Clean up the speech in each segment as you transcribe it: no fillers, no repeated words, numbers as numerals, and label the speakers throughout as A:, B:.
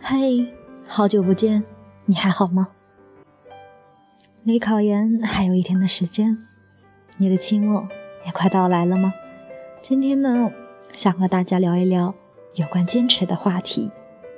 A: 嘿，好久不见，你还好吗？离考研还有1天的时间，你的期末也快到来了吗？今天呢，想和大家聊一聊有关坚持的话题。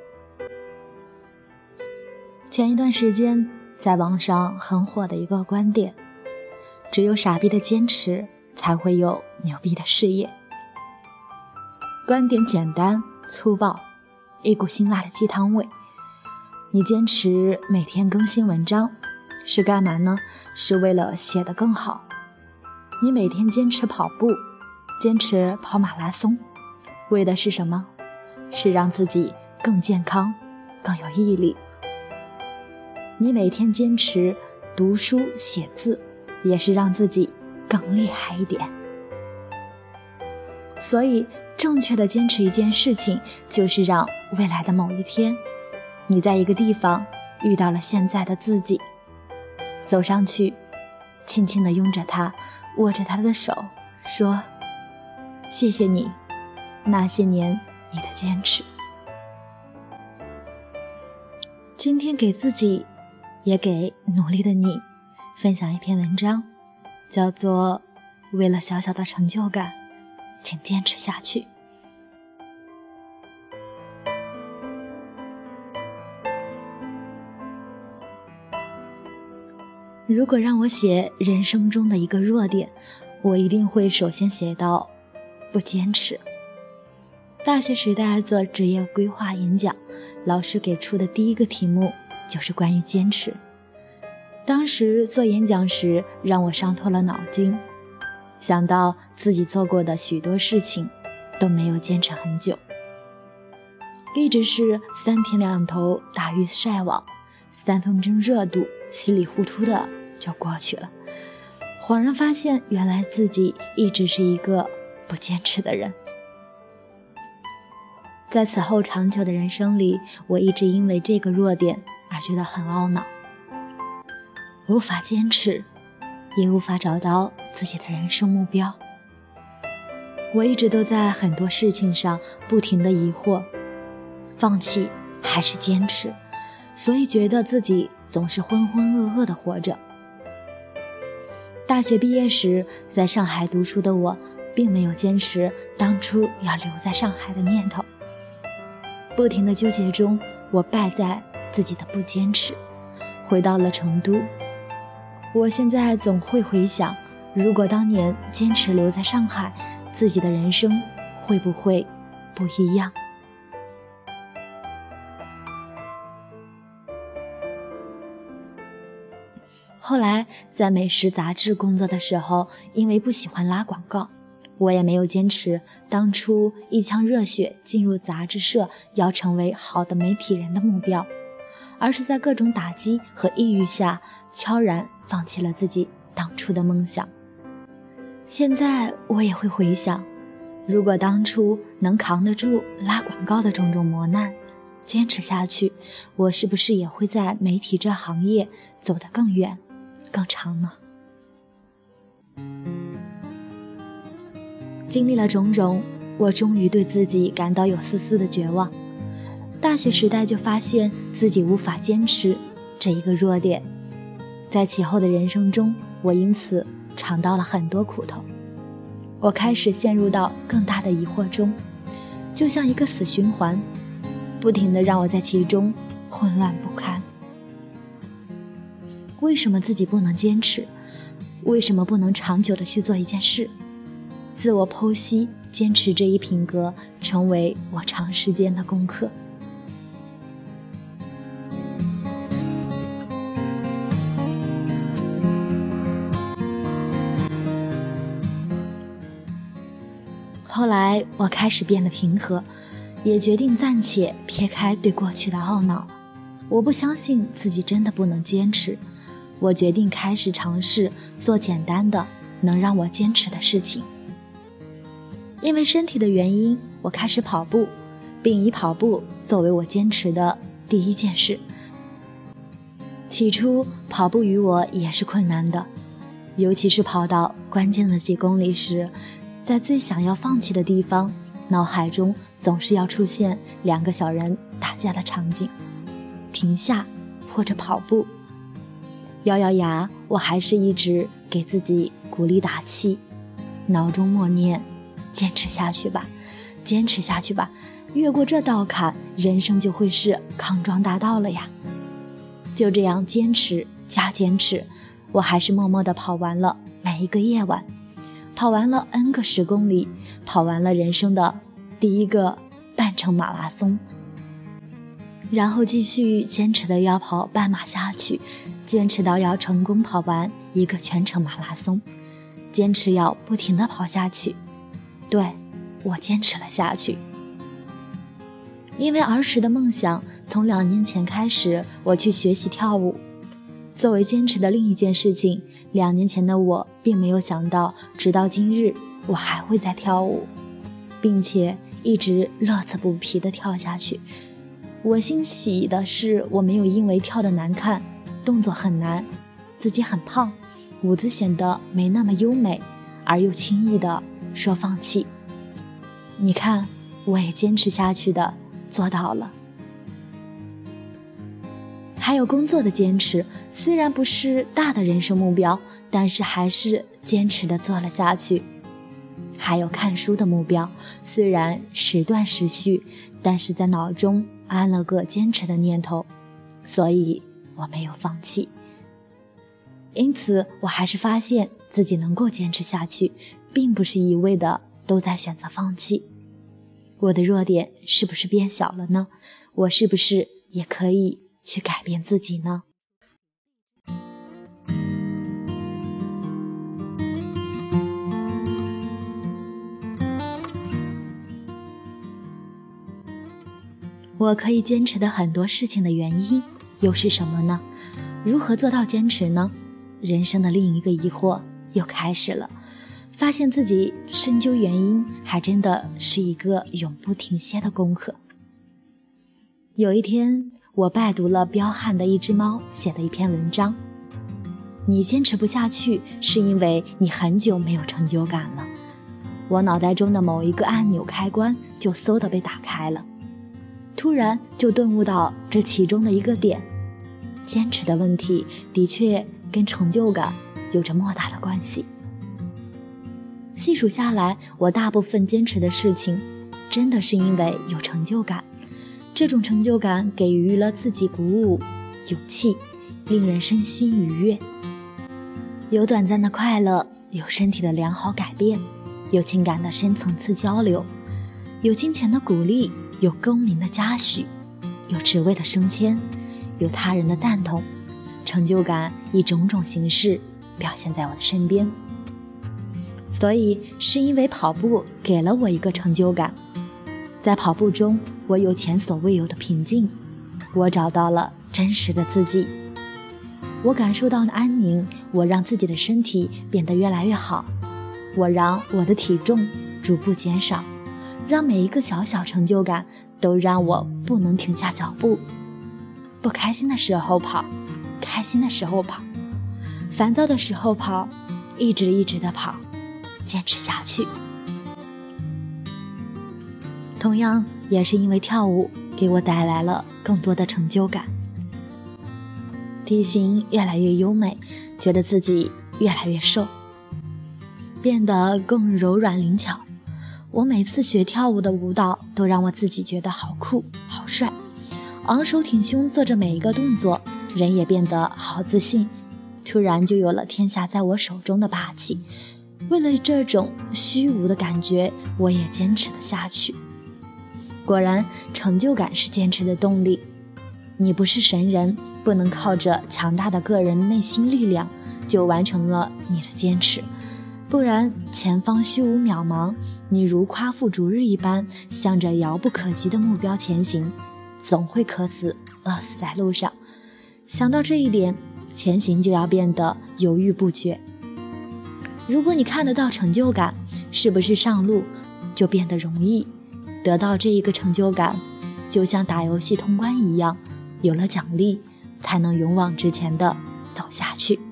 A: 前一段时间在网上很火的一个观点，只有傻逼的坚持才会有牛逼的事业。观点简单粗暴，一股辛辣的鸡汤味。你坚持每天更新文章是干嘛呢？是为了写得更好。你每天坚持跑步，坚持跑马拉松，为的是什么？是让自己更健康，更有毅力。你每天坚持读书写字，也是让自己更厉害一点。所以正确的坚持一件事情，就是让未来的某一天，你在一个地方遇到了现在的自己，走上去，轻轻地拥着他，握着他的手，说：谢谢你，那些年你的坚持。今天给自己，也给努力的你，分享一篇文章，叫做《为了小小的成就感，请坚持下去》。如果让我写人生中的一个弱点，我一定会首先写到不坚持。大学时代做职业规划演讲，老师给出的第一个题目就是关于坚持。当时做演讲时让我伤透了脑筋，想到自己做过的许多事情都没有坚持很久，一直是3天2头打鱼晒网，3分钟热度，稀里糊涂的就过去了。恍然发现，原来自己一直是一个不坚持的人。在此后长久的人生里，我一直因为这个弱点而觉得很懊恼，无法坚持，也无法找到自己的人生目标。我一直都在很多事情上不停地疑惑，放弃还是坚持，所以觉得自己总是浑浑噩噩地活着。大学毕业时，在上海读书的我，并没有坚持当初要留在上海的念头。不停的纠结中，我败在自己的不坚持，回到了成都。我现在总会回想，如果当年坚持留在上海，自己的人生会不会不一样？后来在美食杂志工作的时候，因为不喜欢拉广告，我也没有坚持当初一腔热血进入杂志社要成为好的媒体人的目标，而是在各种打击和抑郁下悄然放弃了自己当初的梦想。现在我也会回想，如果当初能扛得住拉广告的种种磨难，坚持下去，我是不是也会在媒体这行业走得更远更长呢？经历了种种，我终于对自己感到有丝丝的绝望。大学时代就发现自己无法坚持这一个弱点，在其后的人生中，我因此尝到了很多苦头。我开始陷入到更大的疑惑中，就像一个死循环，不停地让我在其中混乱不堪。为什么自己不能坚持？为什么不能长久地去做一件事？自我剖析，坚持这一品格成为我长时间的功课。后来我开始变得平和，也决定暂且撇开对过去的懊恼。我不相信自己真的不能坚持，我决定开始尝试做简单的能让我坚持的事情。因为身体的原因，我开始跑步，并以跑步作为我坚持的第一件事。起初跑步与我也是困难的，尤其是跑到关键的几公里时，在最想要放弃的地方， 脑海中总是要出现两个小人打架的场景，停下或者跑步。咬咬牙，我还是一直给自己鼓励打气，脑中默念：坚持下去吧，坚持下去吧，越过这道坎，人生就会是康庄大道了呀。就这样坚持加坚持，我还是默默地跑完了每一个夜晚，跑完了 N 个10公里，跑完了人生的第一个半程马拉松，然后继续坚持的要跑半马下去，坚持到要成功跑完一个全程马拉松，坚持要不停地跑下去。对，我坚持了下去。因为儿时的梦想，从2年前开始，我去学习跳舞。作为坚持的另一件事情，2年前的我并没有想到，直到今日我还会在跳舞，并且一直乐此不疲地跳下去。我欣喜的是，我没有因为跳得难看，动作很难，自己很胖，舞姿显得没那么优美，而又轻易地说放弃。你看，我也坚持下去的做到了。还有工作的坚持，虽然不是大的人生目标，但是还是坚持的做了下去。还有看书的目标，虽然时断时续，但是在脑中安了个坚持的念头，所以我没有放弃。因此我还是发现自己能够坚持下去，并不是一味的都在选择放弃。我的弱点是不是变小了呢？我是不是也可以去改变自己呢？我可以坚持的很多事情的原因又是什么呢？如何做到坚持呢？人生的另一个疑惑又开始了。发现自己深究原因，还真的是一个永不停歇的功课。有一天，我拜读了彪悍的一只猫写的一篇文章。你坚持不下去，是因为你很久没有成就感了。我脑袋中的某一个按钮开关就嗖地被打开了，突然就顿悟到这其中的一个点：坚持的问题的确跟成就感有着莫大的关系。细数下来，我大部分坚持的事情真的是因为有成就感，这种成就感给予了自己鼓舞、勇气，令人身心愉悦。有短暂的快乐，有身体的良好改变，有情感的深层次交流，有金钱的鼓励，有功名的嘉许，有职位的升迁，有他人的赞同。成就感以种种形式表现在我的身边。所以是因为跑步给了我一个成就感，在跑步中我有前所未有的平静，我找到了真实的自己，我感受到了安宁，我让自己的身体变得越来越好，我让我的体重逐步减少，让每一个小小成就感都让我不能停下脚步。不开心的时候跑，开心的时候跑，烦躁的时候跑，一直的跑，坚持下去。同样也是因为跳舞给我带来了更多的成就感，体型越来越优美，觉得自己越来越瘦，变得更柔软灵巧。我每次学跳舞的舞蹈都让我自己觉得好酷好帅，昂首挺胸做着每一个动作，人也变得好自信，突然就有了天下在我手中的霸气。为了这种虚无的感觉，我也坚持了下去。果然，成就感是坚持的动力。你不是神人，不能靠着强大的个人内心力量就完成了你的坚持，不然前方虚无渺茫，你如夸父逐日一般向着遥不可及的目标前行，总会渴死饿死在路上。想到这一点，前行就要变得犹豫不决。如果你看得到成就感，是不是上路就变得容易？得到这一个成就感，就像打游戏通关一样，有了奖励，才能勇往直前地走下去。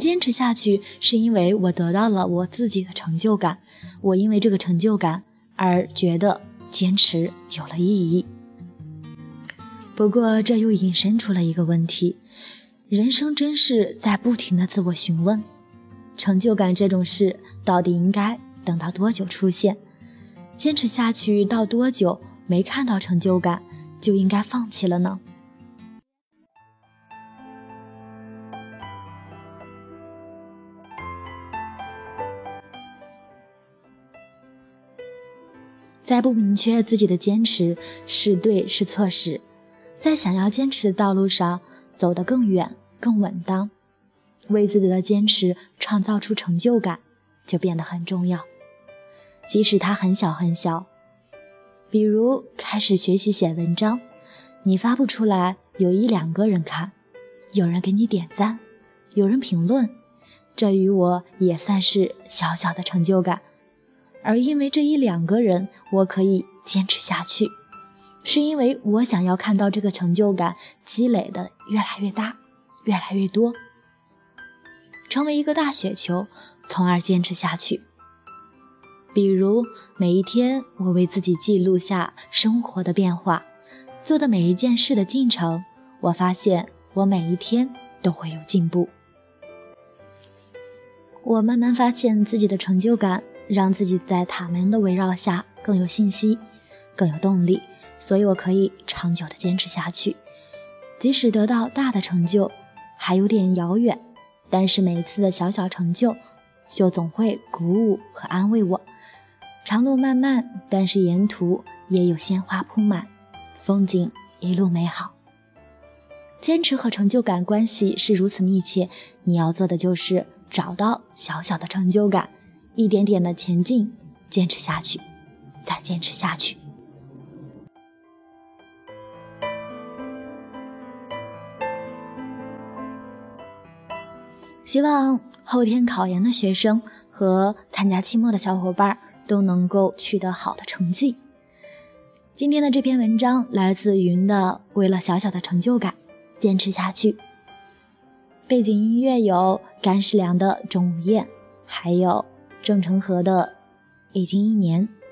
A: 坚持下去是因为我得到了我自己的成就感，我因为这个成就感而觉得坚持有了意义。不过这又引申出了一个问题，人生真是在不停地自我询问，成就感这种事到底应该等到多久出现？坚持下去到多久没看到成就感就应该放弃了呢？在不明确自己的坚持是对是错时，在想要坚持的道路上走得更远更稳当，为自己的坚持创造出成就感就变得很重要。即使它很小很小，比如开始学习写文章，你发布出来有1-2个人看，有人给你点赞，有人评论，这于我也算是小小的成就感。而因为这1-2个人我可以坚持下去，是因为我想要看到这个成就感积累的越来越大越来越多，成为一个大雪球，从而坚持下去。比如每一天我为自己记录下生活的变化，做的每一件事的进程，我发现我每一天都会有进步。我慢慢发现自己的成就感让自己在他们的围绕下更有信息更有动力，所以我可以长久的坚持下去。即使得到大的成就还有点遥远，但是每一次的小小成就就总会鼓舞和安慰我。长路漫漫，但是沿途也有鲜花铺满，风景一路美好。坚持和成就感关系是如此密切，你要做的就是找到小小的成就感，一点点的前进，坚持下去，再坚持下去。希望后天考研的学生和参加期末的小伙伴都能够取得好的成绩。今天的这篇文章来自云的为了小小的成就感坚持下去，背景音乐有甘世良的《钟无艳》，还有郑成河的《已经1年》。